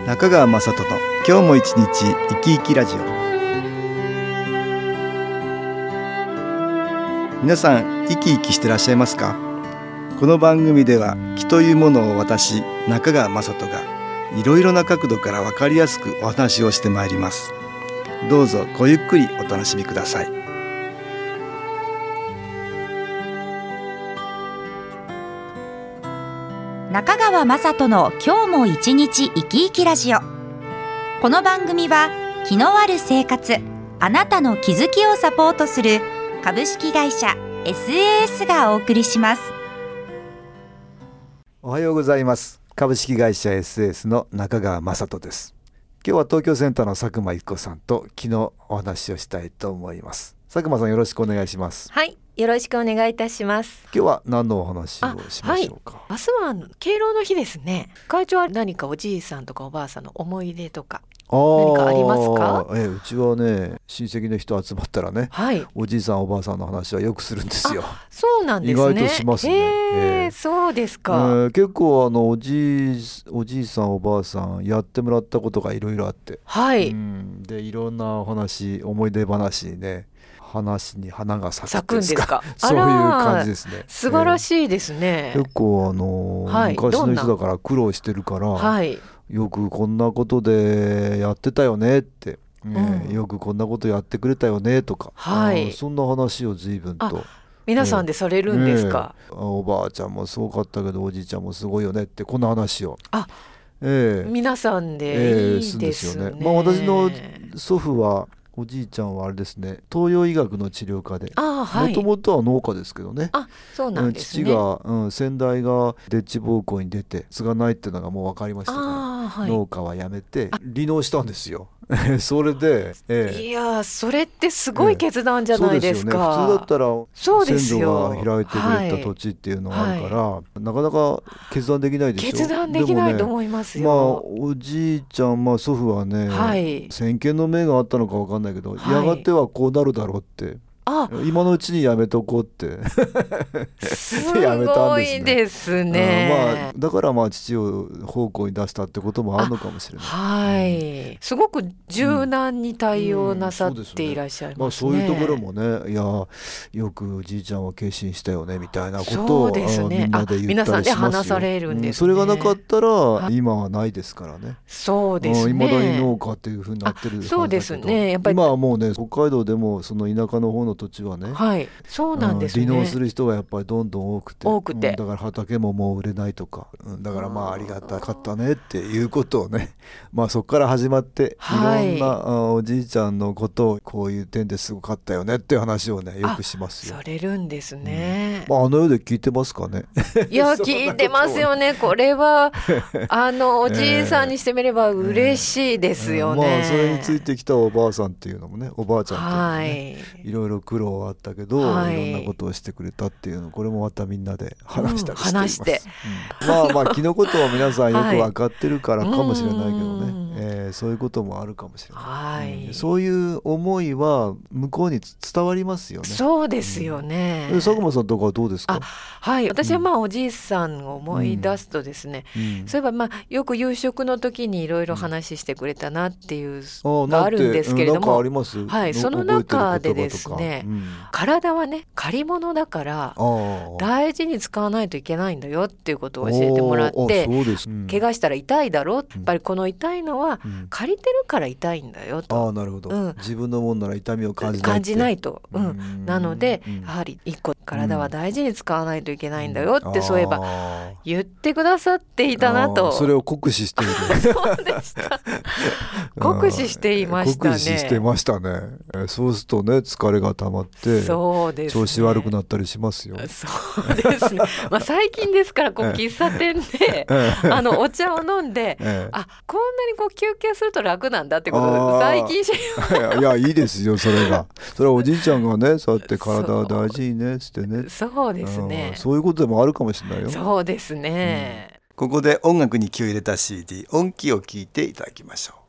中川雅人の今日も一日生き生きラジオ。皆さん生き生きしてらっしゃいますか？この番組では気というものを私中川雅人がいろいろな角度から分かりやすくお話をしてまいります。どうぞごゆっくりお楽しみください。 中川雅人の今日も一日生き生きラジオ。この番組は気のある生活、あなたの気づきをサポートする株式会社 SAS がお送りします。 おはようございます。株式会社 SAS の中川雅人です。今日は東京センターの佐久間由紀子さんと昨日お話をしたいと思います。佐久間さん、よろしくお願いします。 はい、よろしくお願いいたします。 今日は何のお話をしましょうか？ 明日は敬老の日ですね。会長は何かおじいさんとかおばあさんの思い出とか何かありますか？ うちはね、親戚の人集まったらね、おじいさんおばあさんの話はよくするんですよ。 そうなんですね。 意外としますね。 そうですか。 結構おじいさんおばあさんやってもらったことがいろいろあって、でいろんなお話、思い出話にね、話に花が咲くんですか？そういう感じですね。 素晴らしいですね。 結構昔の人だから苦労してるから、よくこんなことでやってたよねって、よくこんなことやってくれたよねとか、そんな話を随分と皆さんでされるんですか？ おばあちゃんもすごかったけどおじいちゃんもすごいよねって、こんな話を皆さんでいいですね。 私の祖父は、おじいちゃんはあれですね、東洋医学の治療家で、もともとは農家ですけどね。 そうなんですね。 父が、先代がでっち奉公に出て継がないっていうのがもう分かりましたから、農家はやめて離農したんですよ。それで、 いやそれってすごい決断じゃないですか。 そうですよね。普通だったら先祖が開いてくれた土地っていうのがあるから、なかなか決断できないでしょ。 決断できないと思いますよ。 おじいちゃん、祖父はね、先見の明があったのか分かんないけど、やがてはこうなるだろうって、今のうちにやめとこうってすごいですね。 だから父を奉公に出したってこともあるのかもしれない。 すごく柔軟に対応なさっていらっしゃいますね。 そういうところもね、いやよくおじいちゃんは決心したよねみたいなことをみんなで言ったりしますよ。 皆さんで話されるんですね。 それがなかったら今はないですからね。 そうですね。 未だに農家っていう風になってるはずだけど、 そうですね。やっぱり今はもうね、北海道でもその田舎の方の土地はね、 そうなんですね。 離農する人がやっぱりどんどん多くて、だから畑ももう売れないとか、だからありがたかったねっていうことをね、そこから始まっていろんなおじいちゃんのことをこういう点ですごかったよねっていう話をね、よくしますよ。 されるんですね。 あの世で聞いてますかね？ いや聞いてますよね。これはおじいさんにしてみれば嬉しいですよね。 それについてきたおばあさんっていうのもね、おばあちゃんっていうのもね、いろいろ苦労はあったけど、いろんなことをしてくれたっていうの、これもまたみんなで話したりしています。気のことは皆さんよく分かってるからかもしれないけどね、そういうこともあるかもしれない、そういう思いは向こうに伝わりますよね。 そうですよね。 佐久間さんとかはどうですか？ 私はおじいさんを思い出すとですね、そういえばよく夕食の時にいろいろ話してくれたなっていうのがあるんですけれども、その中でですね、体はね借り物だから大事に使わないといけないんだよっていうことを教えてもらって、怪我したら痛いだろ、やっぱりこの痛いのは借りてるから痛いんだよと。 なるほど、自分のもんなら痛みを感じないと、なのでやはり一個体は大事に使わないといけないんだよって、そういえば言ってくださっていたなと。 それを酷使している。 そうでした酷使していましたね。 酷使してましたね。そうするとね、疲れが溜まって、調子悪くなったりしますよ。 そうですね。最近ですから喫茶店でお茶を飲んで、こんなに休憩すると楽なんだってことで最近知りました。 いやいいですよ、それはおじいちゃんがね、そうやって体を大事にねってね。 そうですね。 そういうことでもあるかもしれないよ。 そうですね。 ここで音楽に気を入れた CD 音気を聞いていただきましょう。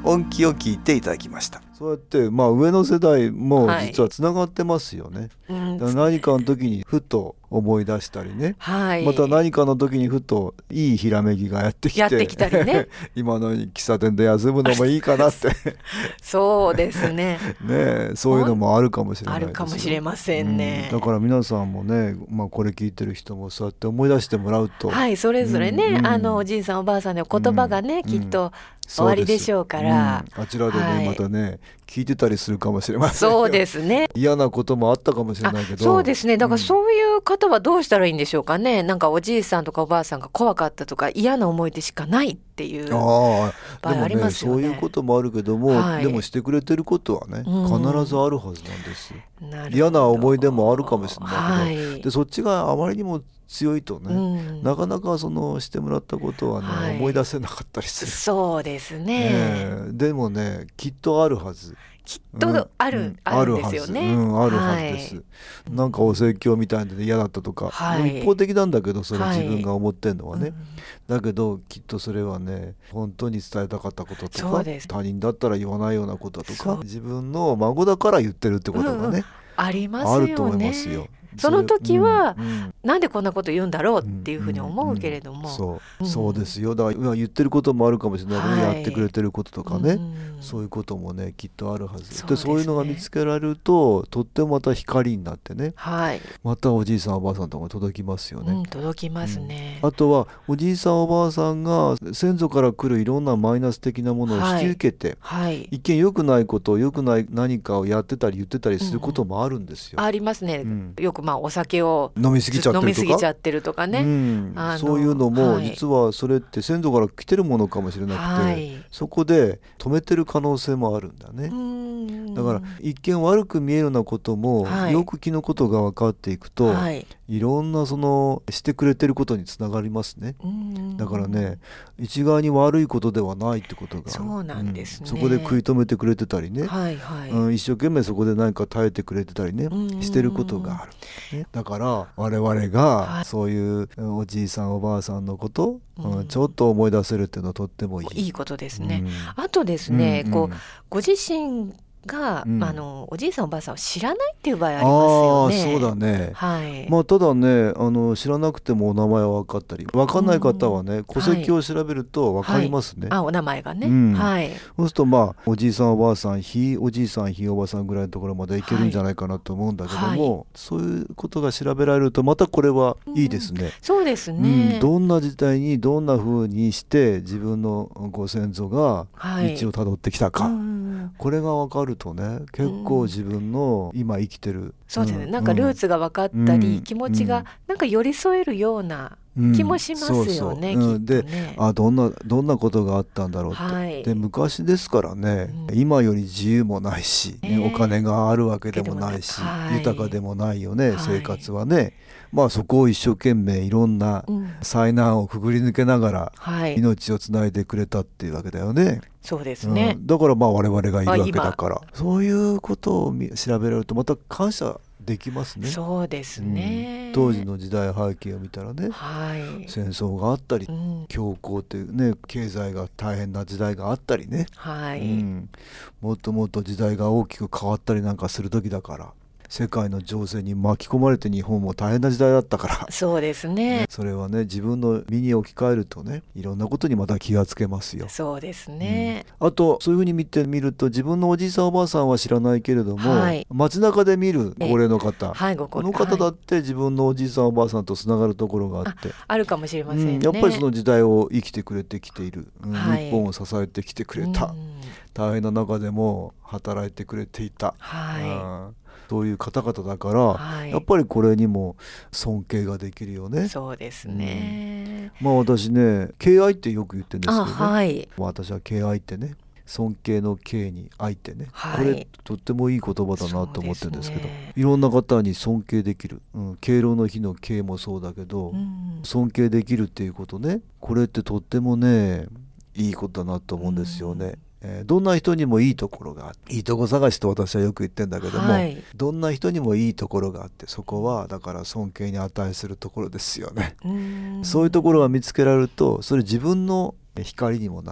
音気を聞いていただきました。そうやって、上の世代も実はつながってますよね、だから何かの時にふと思い出したりね、また何かの時にふといいひらめきがやってきたりね今の喫茶店で休むのもいいかなってそうですねね、そういうのもあるかもしれないですよ。 あるかもしれませんね、 だから皆さんもね、これ聞いてる人もそうやって思い出してもらうと、 それぞれね、おじいさんおばあさんの言葉がね、きっと終わりでしょうから、 あちらでね、またね聞いてたりするかもしれませんよ。 そうですね、 嫌なこともあったかもしれないけど、 そうですね、だからそういう方はどうしたらいいんでしょうかね。なんかおじいさんとかおばあさんが怖かったとか嫌な思い出しかないっていう場合ありますよね。 そういうこともあるけども、でもしてくれてることはね、必ずあるはずなんです。嫌な思い出もあるかもしれないけど、でそっちがあまりにも強いとね、なかなかそのしてもらったことはね、思い出せなかったりする。 そうですね、 でもねきっとあるはず、 きっとあるんですよね。 あるはずです、なんかお説教みたいで嫌だったとか、一方的なんだけど、それ自分が思ってんのはね、だけどきっとそれはね、本当に伝えたかったこととか、他人だったら言わないようなこととか、自分の孫だから言ってるってことがね、 ありますよね。 あると思いますよ。 その時は、なんでこんなこと言うんだろうっていうふうに思うけれども、 そうですよ。だから今言ってることもあるかもしれないけど、やってくれてることとかね、そういうこともねきっとあるはずで、そういうのが見つけられるととってもまた光になってね、またおじいさんおばあさんとか届きますよね、 届きますね、 あとはおじいさんおばあさんが先祖から来るいろんなマイナス的なものを引き受けて、一見良くないことを、良くない何かをやってたり言ってたりすることもあるんですよ、 ありますね、よくお酒を飲みすぎちゃってるとかね、 そういうのも実はそれって先祖から来てるものかもしれなくて、そこで止めてる可能性もあるんだね。だから一見悪く見えるようなことも、よく気のことが分かっていくと、いろんなそのしてくれてることにつながりますね。だからね、一概に悪いことではないってことがある。 そうなんですね、 そこで食い止めてくれてたりね、一生懸命そこで何か耐えてくれてたりね、してることがある、だから我々がそういうおじいさんおばあさんのこと、ちょっと思い出せるっていうのはとってもいいことですね、あとですね、ご自身が、おじいさんおばあさんを知らないっていう場合ありますよね。 そうだね、ただね知らなくてもお名前は分かったり、分かんない方はね、戸籍を調べると分かりますね、 お名前がね、 そうするとおじいさんおばあさん、ひいおじいさんひいおばさんぐらいのところまでいけるんじゃないかなと思うんだけども、そういうことが調べられるとまたこれはいいですね、 そうですね、 どんな時代にどんな風にして自分のご先祖が道をたどってきたか、これが分かるとね、結構自分の今生きてる、 そうですね、なんかルーツが分かったり、気持ちがなんか寄り添えるような気もしますよね、きっとね。 で、どんなことがあったんだろうって、で昔ですからね、今より自由もないし、お金があるわけでもないし、豊かでもないよね、生活はね。そこを一生懸命いろんな災難をくぐり抜けながら命をつないでくれたっていうわけだよね。 そうですね、 だから我々がいるわけだから、そういうことを調べられるとまた感謝できますね。 そうですね、 当時の時代背景を見たらね、戦争があったり、恐慌っていうね、経済が大変な時代があったりね、もっともっと時代が大きく変わったりなんかする時だから、世界の情勢に巻き込まれて日本も大変な時代だったから、 そうですね、 それはね自分の身に置き換えるとね、いろんなことにまた気がつけますよ。 そうですね、 あとそういうふうに見てみると、自分のおじいさんおばあさんは知らないけれども、街中で見る高齢の方、この方だって自分のおじいさんおばあさんとつながるところがあって、 あるかもしれませんね、 やっぱりその時代を生きてくれてきている、日本を支えてきてくれた、大変な中でも働いてくれていた、そういう方々だから、やっぱりこれにも尊敬ができるよね。 そうですね、 私ね、敬愛ってよく言ってるんですけどね、私は敬愛ってね、尊敬の敬に愛ってね、これとってもいい言葉だなと思ってるんですけど、いろんな方に尊敬できる、敬老の日の敬もそうだけど、尊敬できるっていうことね、これってとってもねいいことだなと思うんですよね。どんな人にもいいところがあって、いいとこ探しと私はよく言ってんだけども、どんな人にもいいところがあって、そこはだから尊敬に値するところですよね。そういうところが見つけられると、それ自分の光にもなる。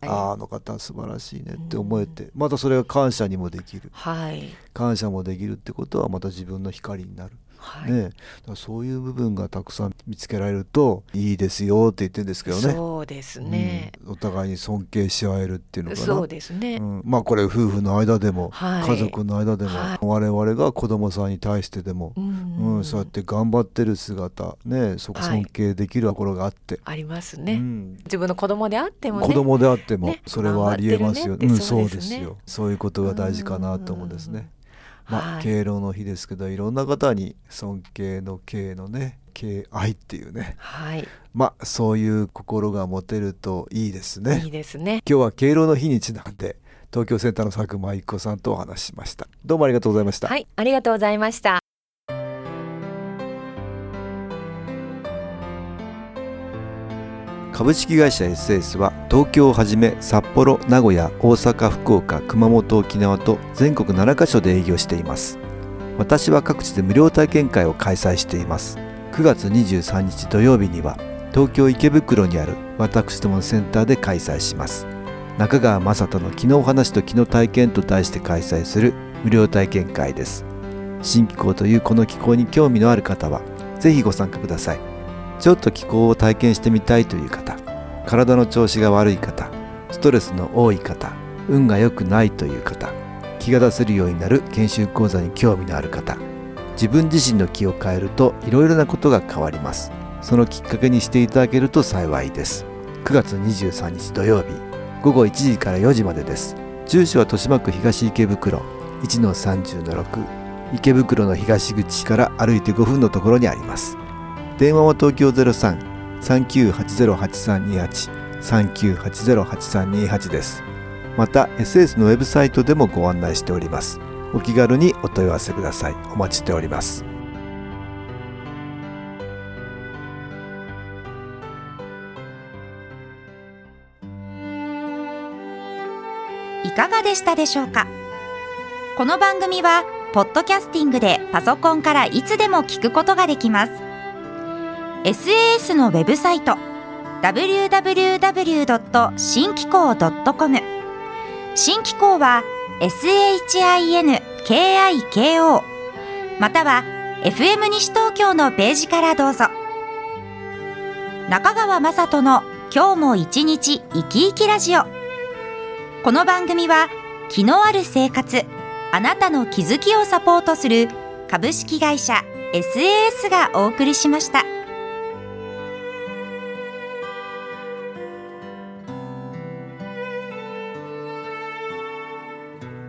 あの方素晴らしいねって思えて、またそれが感謝にもできる、感謝もできるってことはまた自分の光になる、ね、だからそういう部分がたくさん見つけられるといいですよって言ってるんですけどね。 そうですね、 お互いに尊敬し合えるっていうのかな。 そうですね、 まあこれ夫婦の間でも、家族の間でも、我々が子供さんに対してでも、そうやって頑張ってる姿ね、そこ尊敬できるところがあって、 ありますね、自分の子供であってもね、 子供であっても、それはありえますよ、そうですよ、そういうことが大事かなと思うんですね。敬老の日ですけど、いろんな方に尊敬の敬のね、敬愛っていうね、そういう心が持てるといいですね。 いいですね。 今日は敬老の日にちなんで東京センターの佐久間一子さんとお話ししました。どうもありがとうございました。 はい、ありがとうございました。 株式会社 SS は東京をはじめ札幌、名古屋、大阪、福岡、熊本、沖縄と全国7カ所で営業しています。私は各地で無料体験会を開催しています。9月23日土曜日には東京池袋にある私どものセンターで開催します。中川雅人の気のお話と気の体験と題して開催する無料体験会です。新気候というこの気候に興味のある方はぜひご参加ください。ちょっと気候を体験してみたいという方、体の調子が悪い方、ストレスの多い方、運が良くないという方、気が出せるようになる研修講座に興味のある方、自分自身の気を変えるといろいろなことが変わります。そのきっかけにしていただけると幸いです。9月23日土曜日午後1時から4時までです。住所は豊島区東池袋 1-30-6、 池袋の東口から歩いて5分のところにあります。電話は東京 03-3980-8328 3980-8328 です。また SS のウェブサイトでもご案内しております。お気軽にお問い合わせください。お待ちしております。 いかがでしたでしょうか。この番組はポッドキャスティングでパソコンからいつでも聞くことができます。SAS のウェブサイト www.新機構.com、 新機構は SHINKIKO、 または FM 西東京のページからどうぞ。中川雅人の今日も一日生き生きラジオ。この番組は気のある生活、あなたの気づきをサポートする株式会社 SAS がお送りしました。